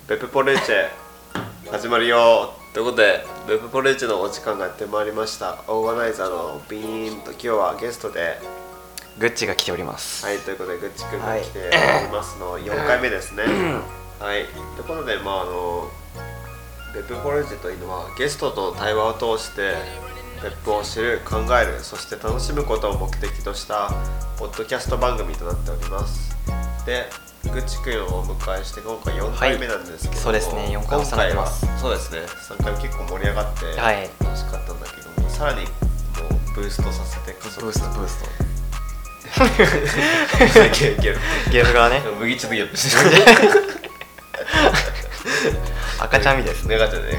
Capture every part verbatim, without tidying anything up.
ベプポレーチェ始まるよということで、ベプポレーチェのお時間がやってまいりました。オーガナイザーのビーンと今日はゲストでグッチが来ております。 はい、ということでグッチくんが来ておりますのよんかいめですね。はい、ということで、まああのベプポレーチェというのはゲストとの対話を通して別府を知る、考える、そして楽しむことを目的としたポッドキャスト番組となっております。で、グッチくんをお迎えして今回よんかいめなんですけども、はい、 そうですね、よんかいめってます。 そうですね、さんかいめ結構盛り上がって楽しかったんだけども、はい、さらにもうブーストさせて加速ブーストブーストゲームゲーム側ね麦茶でゲップしてる赤ちゃんみたいですね。 赤ちゃんね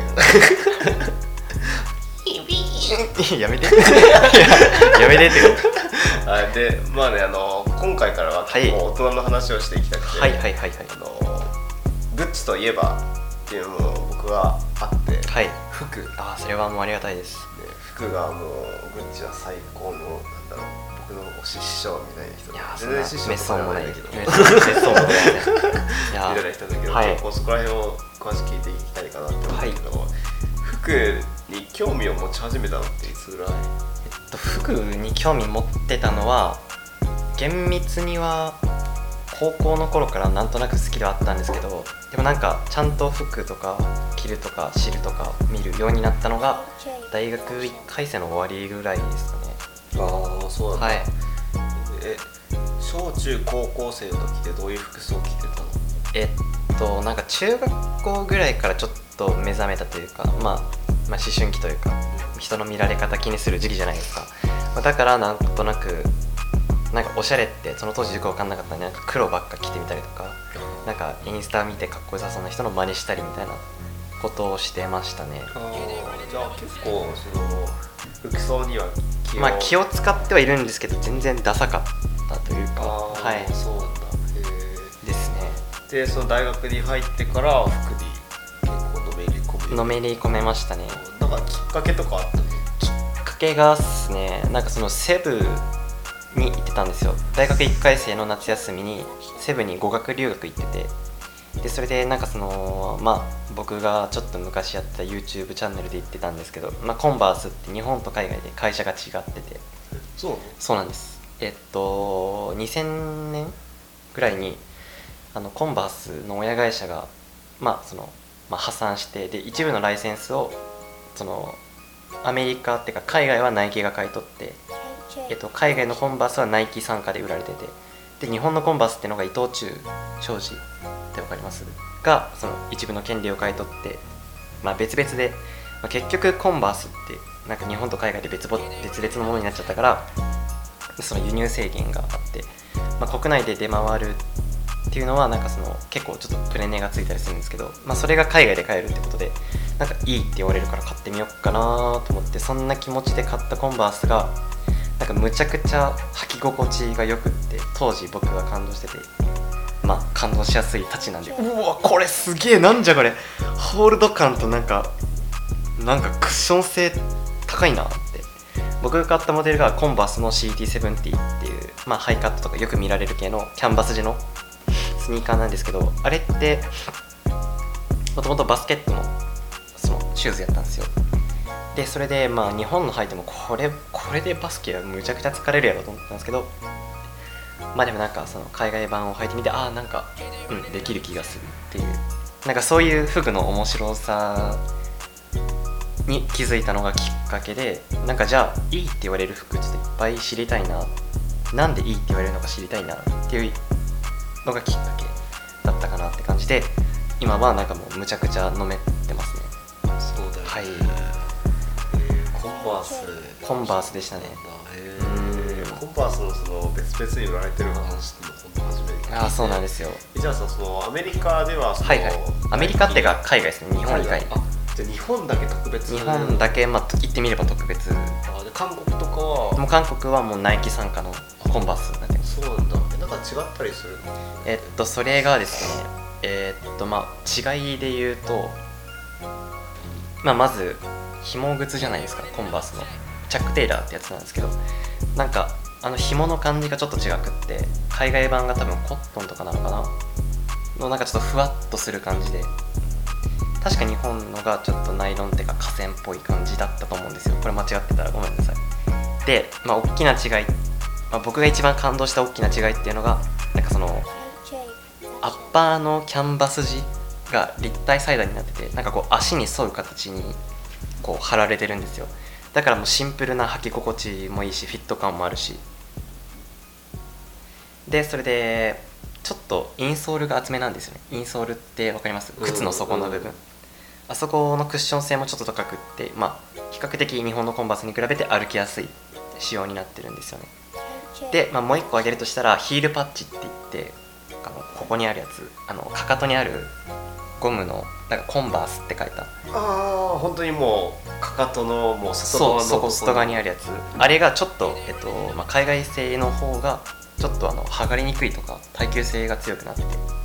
やめてやめてってはい、で、まあね、あの今回からは結構大人の話をしていきたくて、 はいはいはいはい、 あのグッチといえばっていうのも僕はあって、 はい、 服、 あ、それはもうありがたいです。 で、服がもうグッチは最高の、なんだろう、僕の推し師匠みたいな人、 いや、 全然師匠とかじゃないんだけど、 メッソンもないねみたいな人だけど、 はい、 結構そこら辺を詳しく聞いていきたいかなって思うんだけど、はい、服に興味を持ち始めたのっていつぐらい？ えっと、服に興味持ってたのは厳密には高校の頃からなんとなく好きではあったんですけど、でもなんかちゃんと服とか着るとか知るとか見るようになったのが大学いっかい生の終わりぐらいですかね。 ああ、そうなんだ。 はい。 え、小中高校生の時ってどういう服装着てたの？ えっとなんか中学校ぐらいからちょっと目覚めたというか、まあ、まあ思春期というか、人の見られ方気にする時期じゃないですか。だからなんとなくなんかおしゃれってその当時よく分かんなかったんで、なんか黒ばっか着てみたりとか、なんかインスタ見てかっこよさそうな人の真似したりみたいなことをしてましたね。 あー、じゃあ結構その服装には気を、 まあ、気を使ってはいるんですけど全然ダサかったというか、はい、 そうなんだ。へですね。 で、その大学に入ってから服に結構のめり込めのめり込めましたね。 なんかきっかけとかあったの？ きっかけがですね、なんかそのセブに行ってたんですよ。大学いっかい生の夏休みにセブに語学留学行ってて、でそれでなんかそのまあ僕がちょっと昔やった YouTube チャンネルで言ってたんですけど、まあ、コンバースって日本と海外で会社が違ってて、 そうそうなんです。えっとにせんねんぐらいにあのコンバースの親会社がまあその、まあ、破産して、で一部のライセンスをそのアメリカっていうか海外はナイキが買い取って、えっと、海外のコンバースはナイキ傘下で売られてて、で日本のコンバースっていうのが伊藤忠商事ってわかりますが、その一部の権利を買い取って、まあ、別々で、まあ、結局コンバースってなんか日本と海外で別々別々のものになっちゃったから、その輸入制限があって、まあ、国内で出回るっていうのはなんかその結構ちょっとプレネがついたりするんですけど、まあ、それが海外で買えるってことでなんかいいって言われるから買ってみようかなと思って、そんな気持ちで買ったコンバースがなんかむちゃくちゃ履き心地がよくって、当時僕が感動してて、まあ感動しやすいたちなんで、うわこれすげえ、なんじゃこれ、ホールド感となんかなんかクッション性高いなって。僕が買ったモデルがコンバースの シーティーセブンティー っていう、まあ、ハイカットとかよく見られる系のキャンバス地のスニーカーなんですけど、あれってもともとバスケットのそのシューズやったんですよ。でそれでまあ日本の履いてもこれこれでバスケはむちゃくちゃ疲れるやろと思ったんですけど、まあでもなんかその海外版を履いてみて、ああなんかうんできる気がするっていう、なんかそういう服の面白さに気づいたのがきっかけで、なんかじゃあいいって言われる服ちょっといっぱい知りたいな、なんでいいって言われるのか知りたいなっていうのがきっかけだったかなって感じで、今はなんかもうむちゃくちゃ飲めてますね。 そうだよね。 はい。 コンバース。 コンバースでしたね。 へー。コンバースのその別々に売られてる話っての本当初めて。 ああそうなんですよ。 じゃあさ、そのアメリカではその、 はいはい。アメリカってか海外ですね。日本以外。 じゃあ日本だけ特別。 日本だけ、まあ言ってみれば特別。 あで韓国とかは。 もう韓国はもうナイキ傘下のコンバースになってます。 そうなんだ。なんか違ったりするの？ えっとそれがですね、えー、っとまあ違いで言うと、まあまず紐靴じゃないですか、コンバースのチャック・テイラーってやつなんですけど、なんかあの紐の感じがちょっと違くって、海外版が多分コットンとかなのかなの、なんかちょっとふわっとする感じで、 確か日本のがちょっとナイロンっていうか河川っぽい感じだったと思うんですよ。これ間違ってたらごめんなさい。で、まあ、大きな違い、まあ、僕が一番感動した大きな違いっていうのがなんかそのアッパーのキャンバス地が立体裁断になってて、なんかこう足に沿う形にこう貼られてるんですよ。だからもうシンプルな履き心地もいいしフィット感もあるし、でそれでちょっとインソールが厚めなんですよね。インソールって分かります？靴の底の部分、うんうん、あそこのクッション性もちょっと高くって、まあ比較的日本のコンバースに比べて歩きやすい仕様になってるんですよね。で、まあ、もう一個挙げるとしたらヒールパッチって言って、あのここにあるやつ、あのかかとにあるゴムのなんかコンバースって書いた、 ああ本当にもうかかとのもう外側のそう、外側にあるやつ、あれがちょっと、えっとまあ、海外製の方がちょっとあの剥がれにくいとか耐久性が強くなって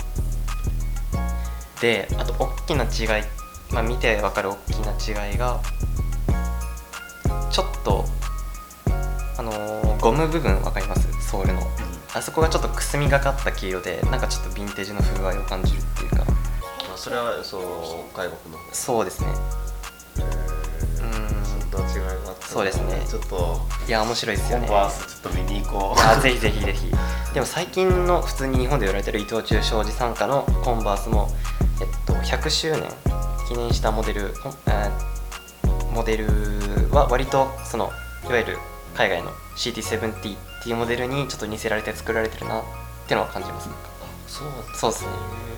て、であと大きな違い、まあ、見て分かる大きな違いがちょっとあのー、ゴム部分分かります？ソールの、うん、あそこがちょっとくすみがかった黄色で、なんかちょっとヴィンテージの風合いを感じるっていうか、 あそれはその外国の方？ そうですね。 へー、うん、そんな違いがあった。 そうですね。 ちょっといや面白いですよね。 コンバースちょっと見に行こう。 あぜひぜひぜひ。でも最近の普通に日本で売られてる伊藤忠商事傘下のコンバースも、えっと、ひゃくしゅうねん記念したモデル、えー、モデルは割とそのいわゆる海外の シーティーセブンティー っていうモデルにちょっと似せられて作られてるなっていうのは感じますね。 そうなんだ。 そうですね。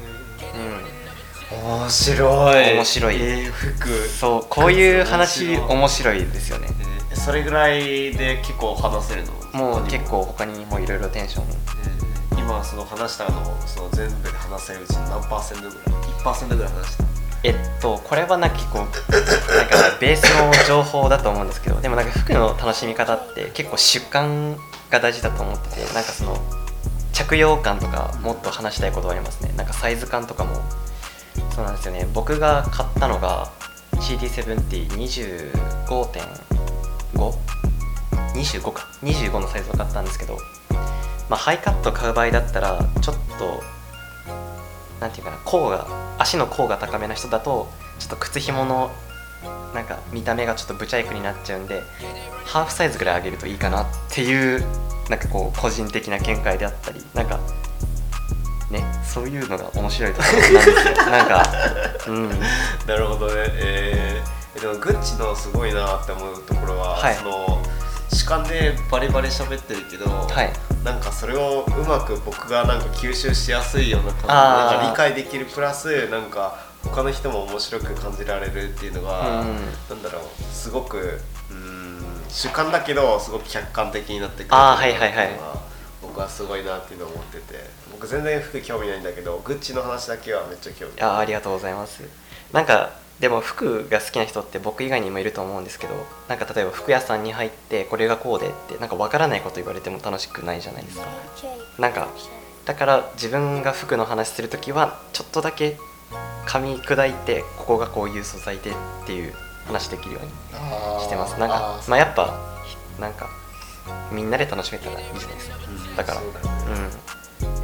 うん。面白い。 面白い。 えー、服。 そう、こういう話面白いですよね。 えー、それぐらいで結構話せるの？ もう結構他にもいろいろテンション。 えー、今その話したのその全部で話せるうちの何パーセントぐらい？いちパーセントぐらい話した。 えっとこれはなんか結構なんかベースの情報だと思うんですけど、でもなんか服の楽しみ方って結構主観が大事だと思ってて、なんかその着用感とかもっと話したいことはありますね。なんかサイズ感とかもそうなんですよね。僕が買ったのが シーティーセブンティーにじゅうごてんご にじゅうごかにじゅうごのサイズを買ったんですけど、まあハイカット買う場合だったらちょっとなんていうかな、甲が足の甲が高めな人だとちょっと靴ひものなんか見た目がちょっとブチャイクになっちゃうんで、ハーフサイズぐらい上げるといいかなっていうなんかこう個人的な見解であったり、なんかねそういうのが面白いところなんですよ。なんかうんなるほどね。えー、でもグッチのすごいなって思うところは、はい、その主観でバリバリ喋ってるけど、はい、なんかそれをうまく僕がなんか吸収しやすいような感じでなんか理解できるプラスなんか他の人も面白く感じられるっていうのが、うん、なんだろうすごくうん主観だけどすごく客観的になってくるっていうのが、はいはいはい、僕はすごいなっていうのを思ってて、僕全然服興味ないんだけどグッチの話だけはめっちゃ興味ある。 あ、ありがとうございます。なんかでも服が好きな人って僕以外にもいると思うんですけど、なんか例えば服屋さんに入ってこれがこうでってなんか分からないこと言われても楽しくないじゃないですか。なんかだから自分が服の話するときはちょっとだけ噛み砕いてここがこういう素材でっていう話できるようにしてます。なんかまあやっぱなんかみんなで楽しめたらいいじゃないですか。だからそうだね、うん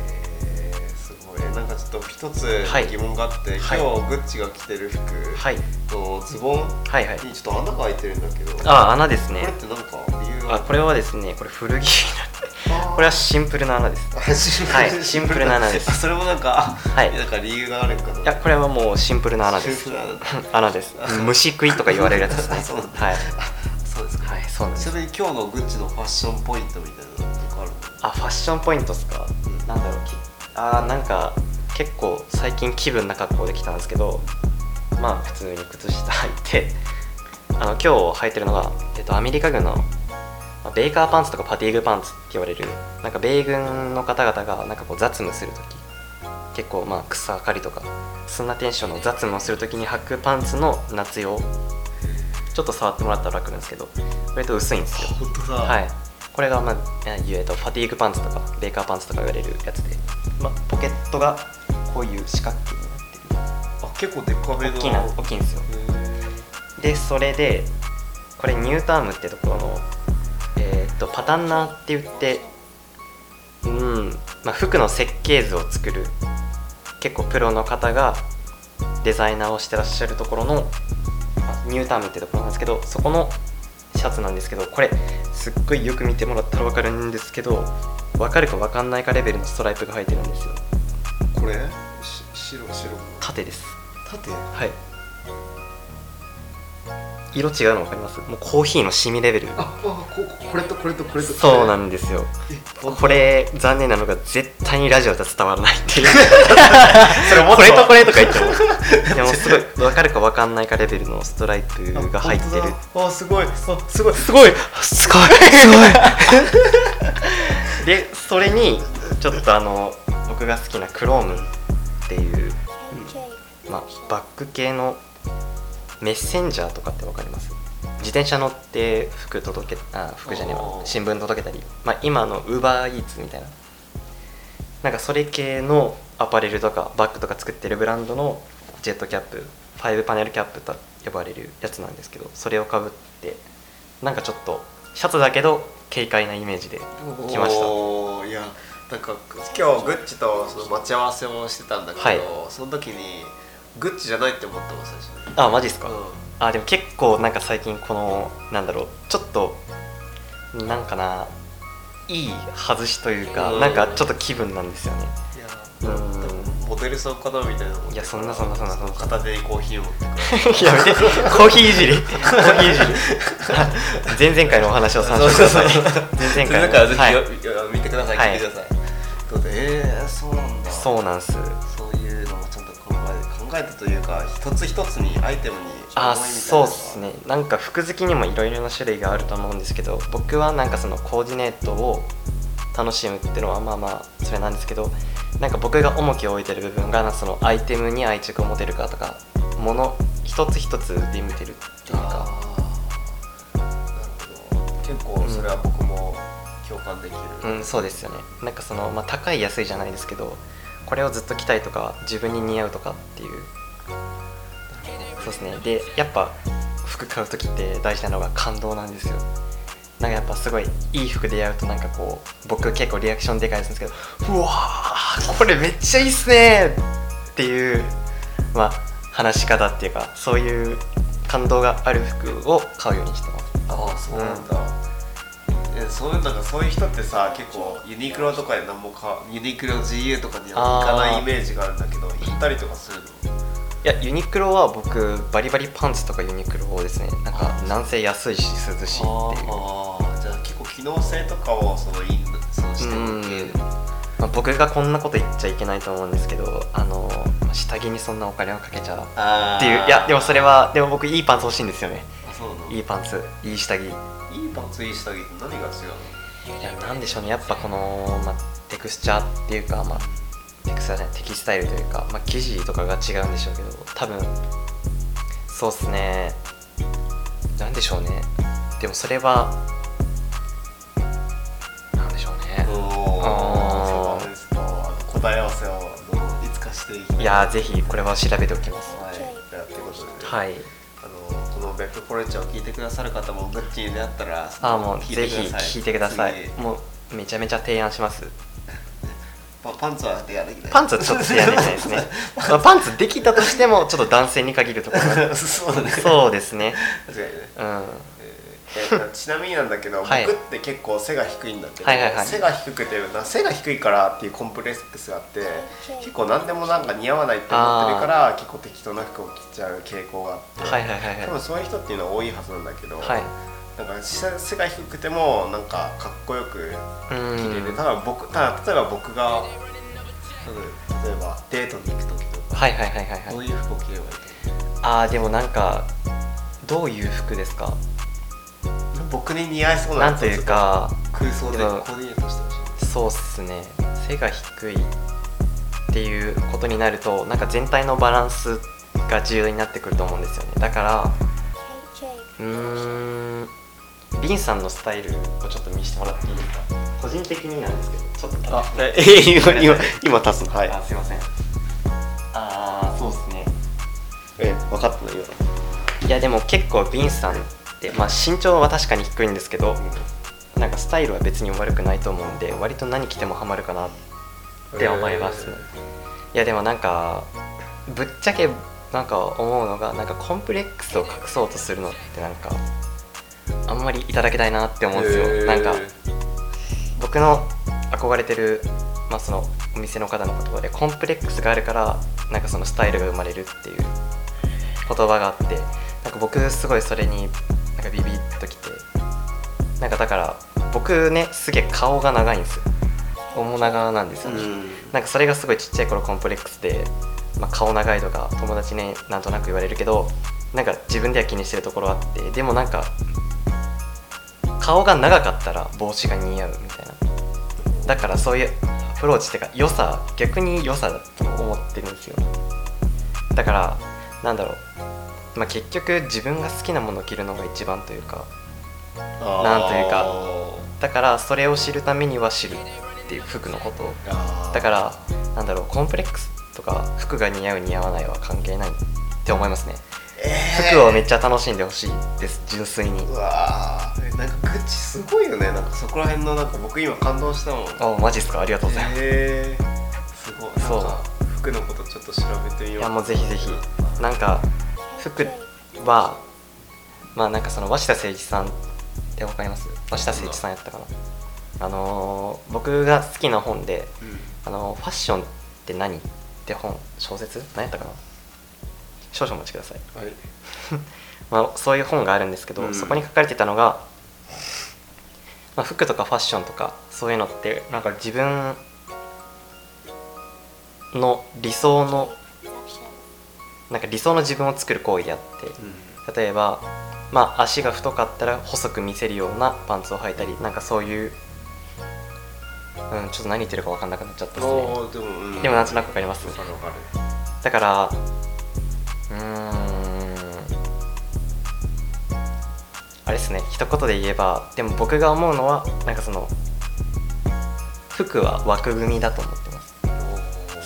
なんかちょっと一つ疑問があって、はい、今日グッチが着てる服、はい、とズボンにちょっと穴が開いてるんだけど、 あ、穴ですね。 これって何か理由は？ あ、これはですね、これ古着これはシンプルな穴です。はい、シンプルな穴です。 あ、それもなんか、はい、なんか理由があるかな。 いや、これはもうシンプルな穴です。穴です。虫食いとか言われるやつですね。 そうはい。 そうですか。 はい、そうなんです。 ちなみに今日のグッチのファッションポイントみたいなのとかあるの？ あ、ファッションポイントですか。うん、なんだろう。あー、なんか結構最近気分な格好で来たんですけど、まあ普通に靴下履いて、あの今日履いてるのが、えっと、アメリカ軍のベイカーパンツとかパティーグパンツって言われる、なんか米軍の方々がなんかこう雑務するとき、結構まあ草刈りとかそんなテンションの雑務をするときに履くパンツの夏用、ちょっと触ってもらったら分かるんですけど、割と薄いんですよ。 本当だ。 はい。これが、まあ、えっとパティーグパンツとかベイカーパンツとか言われるやつで、まあ、ポケットがこういう四角形になってる。 あ、結構でっかめの。 大きいな、大きいんですよ。で、それでこれニュータームってところの、えー、っとパタンナーって言って、うん、まあ、服の設計図を作る結構プロの方がデザイナーをしてらっしゃるところのニュータームってところなんですけど、そこのシャツなんですけど、これすっごいよく見てもらったら分かるんですけど、分かるか分かんないかレベルのストライプが入ってるんですよ。 これし白白縦です。 縦、 はい。色違うの分かります？もうコーヒーのシミレベル。 ああ、ここれとこれとこれとそうなんですよ。これ残念なのが絶対にラジオじゃ伝わらないっていうそれもっとこれとこれとか言ってもでもすごい分かるか分かんないかレベルのストライプが入ってる。 あ、すごい、あ、すごいすごいすごいすごいで、それにちょっとあの僕が好きなクロームっていう、まあ、バック系のメッセンジャーとかって分かります？自転車乗って服届けあ服じゃねえわ新聞届けたり、まあ、今のウーバーイーツみたいななんかそれ系のアパレルとかバッグとか作ってるブランドのジェットキャップ、ファイブパネルキャップと呼ばれるやつなんですけど、それをかぶってなんかちょっとシャツだけど軽快なイメージで来ました。 お、いや、なんか今日グッチとその待ち合わせをしてたんだけど、はい、その時にグッチじゃないって思ってましたしね。 あ、マジですか？うん、あ、でも結構なんか最近このなんだろう、ちょっとなんかないい外しというか、うん、なんかちょっと気分なんですよね。 いや、うん、モデルさんかなみたいな。 いや、そんなそんなそんなそんな片手にコーヒーを持ってくるやめてコーヒーいじりコーヒーいじり前々回のお話を参照ください。前々回のからぜひ、 はい、 見てください、聞いてください。ということで、えー、そうなんだ。 そうなんす。 そういうのもちゃんと考え考えたというか、一つ一つにアイテムに思いみたいな。 あ、そうっすね。なんか服好きにもいろいろな種類があると思うんですけど、僕はなんかそのコーディネートを楽しむっていうのはまあまあそれなんですけど、なんか僕が重きを置いてる部分がそのアイテムに愛着を持てるかとか、もの一つ一つで見てるっていうか。 あ、なるほど。結構それは僕も共感できる。 うん、うん、そうですよね。なんかその、まあ、高い安いじゃないですけど、これをずっと着たいとか自分に似合うとかっていう。そうですね。で、やっぱ服買う時って大事なのが感動なんですよ。なんかやっぱすごいいい服でやると、なんかこう僕結構リアクションでかいですけど、うわーこれめっちゃいいっすねっていう、まあ話し方っていうか、そういう感動がある服を買うようにしてます。 ああ、そうなんだ。うん、そういうなんかそういう人ってさ、結構ユニクロとかで何もかユニクロ ジーユー とかには行かないイメージがあるんだけど、行ったりとかするの？ いや、ユニクロは僕バリバリパンツとかユニクロですね。なんかなんせ安いし涼しいっていう。 ああ、じゃあ結構機能性とかをそのインそのしてるけど、 まあ、僕がこんなこと言っちゃいけないと思うんですけど、あの下着にそんなお金をかけちゃっていう。いやでもそれはでも僕いいパンツ欲しいんですよね。 あ、そうなの？ いいパンツ、いい下着。いいパンツ、いい下着って何が違うの？いや、なんでしょうね。やっぱこの、まあ、テクスチャーっていうか、まあテクスチャーじゃない、テキスタイルというか、まあ、生地とかが違うんでしょうけど、多分そうっすね。なんでしょうね。でもそれはなんでしょうね。 おー、ですと答え合わせをいつかしていきたい。 いやー、ぜひこれは調べておきます。 はい、じゃあということで、ね、 はい、 あのこのベップポレッチを聞いてくださる方もグッチに出会ったら、 あ、もうぜひ聞いてください。もうめちゃめちゃ提案します。 パンツは提案できない。 パンツはちょっと提案できないですね。まあ、パンツできたとしてもちょっと男性に限るところそうだね。 そうですね。 確かにね。 うん。 えー、ちなみになんだけど、はい、僕って結構背が低いんだけど、 はいはいはい、 背が低くてな背が低いからっていうコンプレックスがあって、結構何でもなんか似合わないって思ってるから結構適当な服を着ちゃう傾向があって、 はいはいはいはい、 多分そういう人っていうのは多いはずなんだけど、 はい、 なんか背が低くてもなんかかっこよく着れる。ただ僕ただ例えば僕が例えばデートに行く時とか、 はいはいはいはいはい、 どういう服を着ればいいと思う？ あー、でもなんかどういう服ですか？ 僕に似合いそうななんというか空想でコーディネートしてほしい。 そうっすね。背が低いっていうことになると、なんか全体のバランスが重要になってくると思うんですよね。だからうーんビンさんのスタイルをちょっと見せてもらっていいですか？個人的になんですけど、ちょっとあえー、今今今立つの、はい、 あ、すいません。ああ、そうですね。 え分かったの今。 いやでも結構ビンさんって、まあ、身長は確かに低いんですけど、うん、なんかスタイルは別に悪くないと思うんで、割と何着てもハマるかなって思います、ね。えー、いやでもなんかぶっちゃけなんか思うのが、なんかコンプレックスを隠そうとするのってなんかあんまりいただけないなって思うんですよ、 へー。 なんか僕の憧れてる、まあ、そのお店の方の言葉でコンプレックスがあるからなんかそのスタイルが生まれるっていう言葉があって、なんか僕すごいそれになんかビビッときて、なんかだから僕ねすげえ顔が長いんですよ、面長なんですよね、うん、なんかそれがすごいちっちゃい頃コンプレックスで、まあ、顔長いとか友達になんとなく言われるけど、なんか自分では気にしてるところあって、でもなんか顔が長かったら帽子が似合うみたいな、だからそういうアプローチっていうか良さ、逆に良さだと思ってるんですよ。だからなんだろう、まあ、結局自分が好きなものを着るのが一番というか、なんというか、だからそれを知るためには知るっていう服のことだから、なんだろう、コンプレックスとか服が似合う似合わないは関係ないって思いますね、えー、服をめっちゃ楽しんでほしいです、純粋に。 うわー、なんか口すごいよね、なんかそこら辺のなんか僕今感動したもん。 あ、マジっすか、ありがとうございます。 へー、すごい、なんか服のことちょっと調べてみよう。 いやもうぜひぜひ、なんか服はまあなんかその鷲田誠一さんってわかります？鷲田誠一さんやったかな、あのー、僕が好きな本で、うん、あのー、ファッションって何って本、小説何やったかな、少々お待ちください、はいまあ、そういう本があるんですけど、うん、そこに書かれてたのが、まあ、服とかファッションとかそういうのってなんか自分の理想のなんか理想の自分を作る行為であって、うん、例えば、まあ、足が太かったら細く見せるようなパンツを履いたり、なんかそういう、うん、ちょっと何言ってるか分かんなくなっちゃったですね。でも、うん、でもなんとなく分かります。だからうーんあれですね、一言で言えば、でも僕が思うのはなんかその服は枠組みだと思ってます。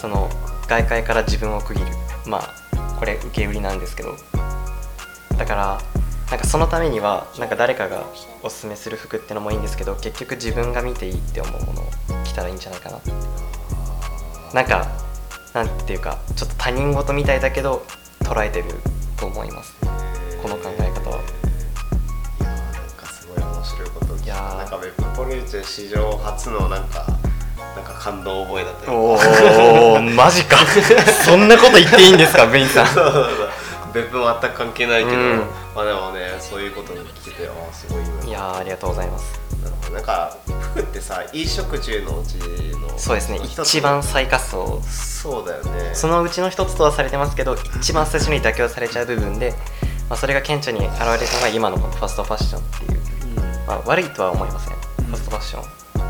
その外界から自分を区切る、まあこれ受け売りなんですけど、だからなんかそのためにはなんか誰かがおすすめする服ってのもいいんですけど、結局自分が見ていいって思うものを着たらいいんじゃないかなって。なんかなんていうかちょっと他人事みたいだけど捉えてると思います、この考え方は。 いやー、なんかすごい面白いことを聞いた。なんかベップポリューチェ史上初のなんかなんか感動を覚えたというか。 おおマジかそんなこと言っていいんですか、ベインさん。 そうそうそう、別府全く関係ないけど、うん、まあでもね、そういうことを聞いてて、ああすごいよ。 いやありがとうございます。 なるほど。なんか服ってさ、衣食住のうちのそうですね、一番最下層。 そうだよね。 そのうちの一つとはされてますけど、一番最初に妥協されちゃう部分で、まあ、それが顕著に現れるのが今のファストファッションっていう、うん、まあ、悪いとは思いません、うん、ファストファッション。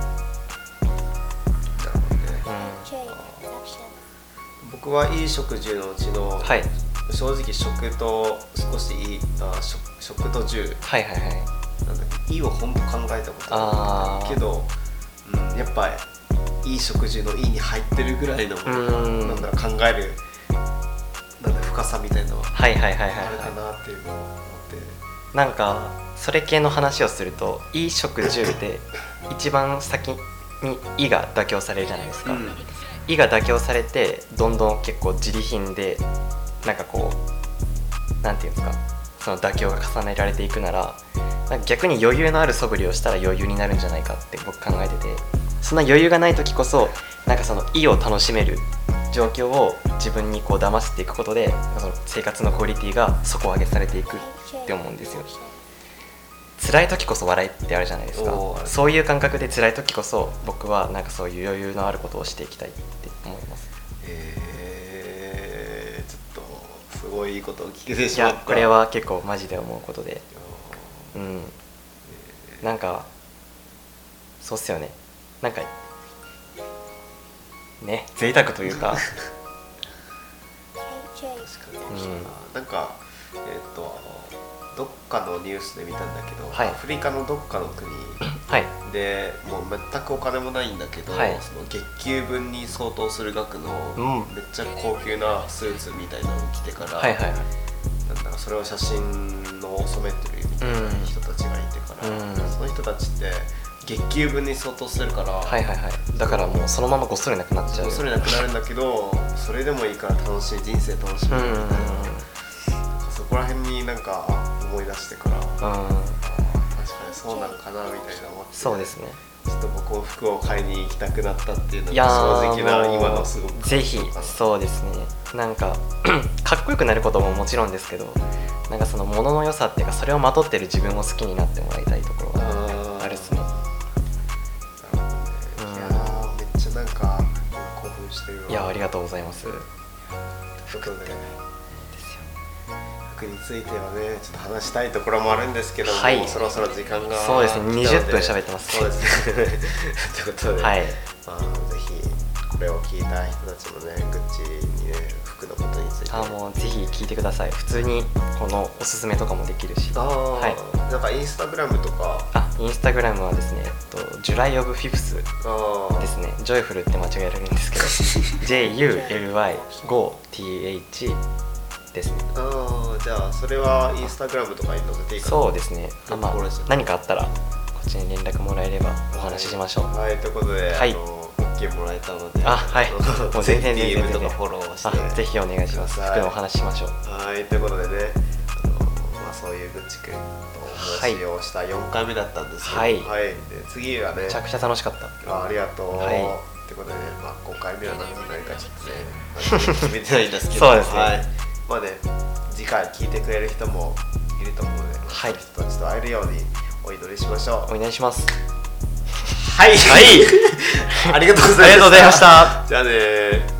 僕は衣食住のうちの、はい、正直食と少しいいあ 食, 食と住、 はいはいはい、 なんだっけ、いいを本当考えたことないけど、うん、やっぱいい食住のいいに入ってるぐらいのなんだろう、考えるなんだ深さみたいなのはあるかなっていうのを思って、 なんかそれ系の話をすると、いい食住で一番先に「い」が妥協されるじゃないですか、うん、いが妥協されてどんどん結構自利品でなんかこうなんていうんですか、その妥協が重ねられていくなら、なんか逆に余裕のある素振りをしたら余裕になるんじゃないかって僕考えてて、そんな余裕がない時こそなんかそのいを楽しめる状況を自分にこう騙していくことで、その生活のクオリティが底上げされていくって思うんですよ。辛い時こそ笑いってあるじゃないですか。そういう感覚で辛い時こそ僕はなんかそういう余裕のあることをしていきたいって思います。 えー、ちょっとすごいいいことを聞けてしまった。 いやこれは結構マジで思うことで、うん、えー、なんかそうっすよね、なんかね、贅沢というか確かに、うん、なんかえっ、ー、とどっかのニュースで見たんだけど、はい、アフリカのどっかの国で、はい、もう全くお金もないんだけど、はい、その月給分に相当する額のめっちゃ高級なスーツみたいなのを着てから、はいはいはい、なんだろう、それを写真の収めてるみたいな人たちがいてから、うん、その人たちって月給分に相当するから、はいはいはい、 だからもうそのままごっそりなくなっちゃう。 ごっそりなくなるんだけど、それでもいいから楽しい、人生楽しむみたいな、 うんうんうん、 そこら辺になんか思い出してから、 うん、 確かにそうなのかなみたいな思って、 そうですね。 ちょっと僕も服を買いに行きたくなったっていうのいやが正直なもう今のすごくぜひそうですね。なんかかっこよくなることももちろんですけど、なんかその物の良さっていうか、それをまとってる自分を好きになってもらいたいところがあるっすね。 なるほどね、うん、いやーめっちゃなんか興奮してるわ。 いやありがとうございます。 服で服についてはねちょっと話したいところもあるんですけども、はい、そろそろ時間がそうですね、にじゅっぷん喋ってます。 そうですねということで、 はい、 まあ、ぜひこれを聞いた人たちもね、グッチにね服のことについて、 あもうぜひ聞いてください。普通にこのおすすめとかもできるし、 あ、 はい、 なんかインスタグラムとか、 あインスタグラムはですね、えっと、ジュライオブフィフスですね。ジョイフルって間違えられるんですけどジェイユーエルワイごティーエイチ ですね。 ああ、じゃあそれはインスタグラムとかに載せていいかな。 そうですね、あ、まあ、何かあったらこっちに連絡もらえればお話ししましょう。 はい、はい、ということで、はい、あの OK もらえたので、 あ、はいもう全然全然全然ディーエム とかフォローして、 ぜひお願いします。服のお話しましょう。 はい、ということでね、あの、まあ、そういうグッチ君とお話をしたよんかいめだったんですけど、はい、はい、で次はね、 めちゃくちゃ楽しかった。 あ、ありがとう、はい、ということで、ね、まあ、ごかいめは何になるかちょっとね、まあ、決めてないんですけどそうですね、 はい、まあね、次回聞いてくれる人もいると思うので、 はい、 そういう人たちと会えるようにお祈りしましょう。 お願いします。 はい、はい、ありがとうございました。 ありがとうございました。 じゃあね。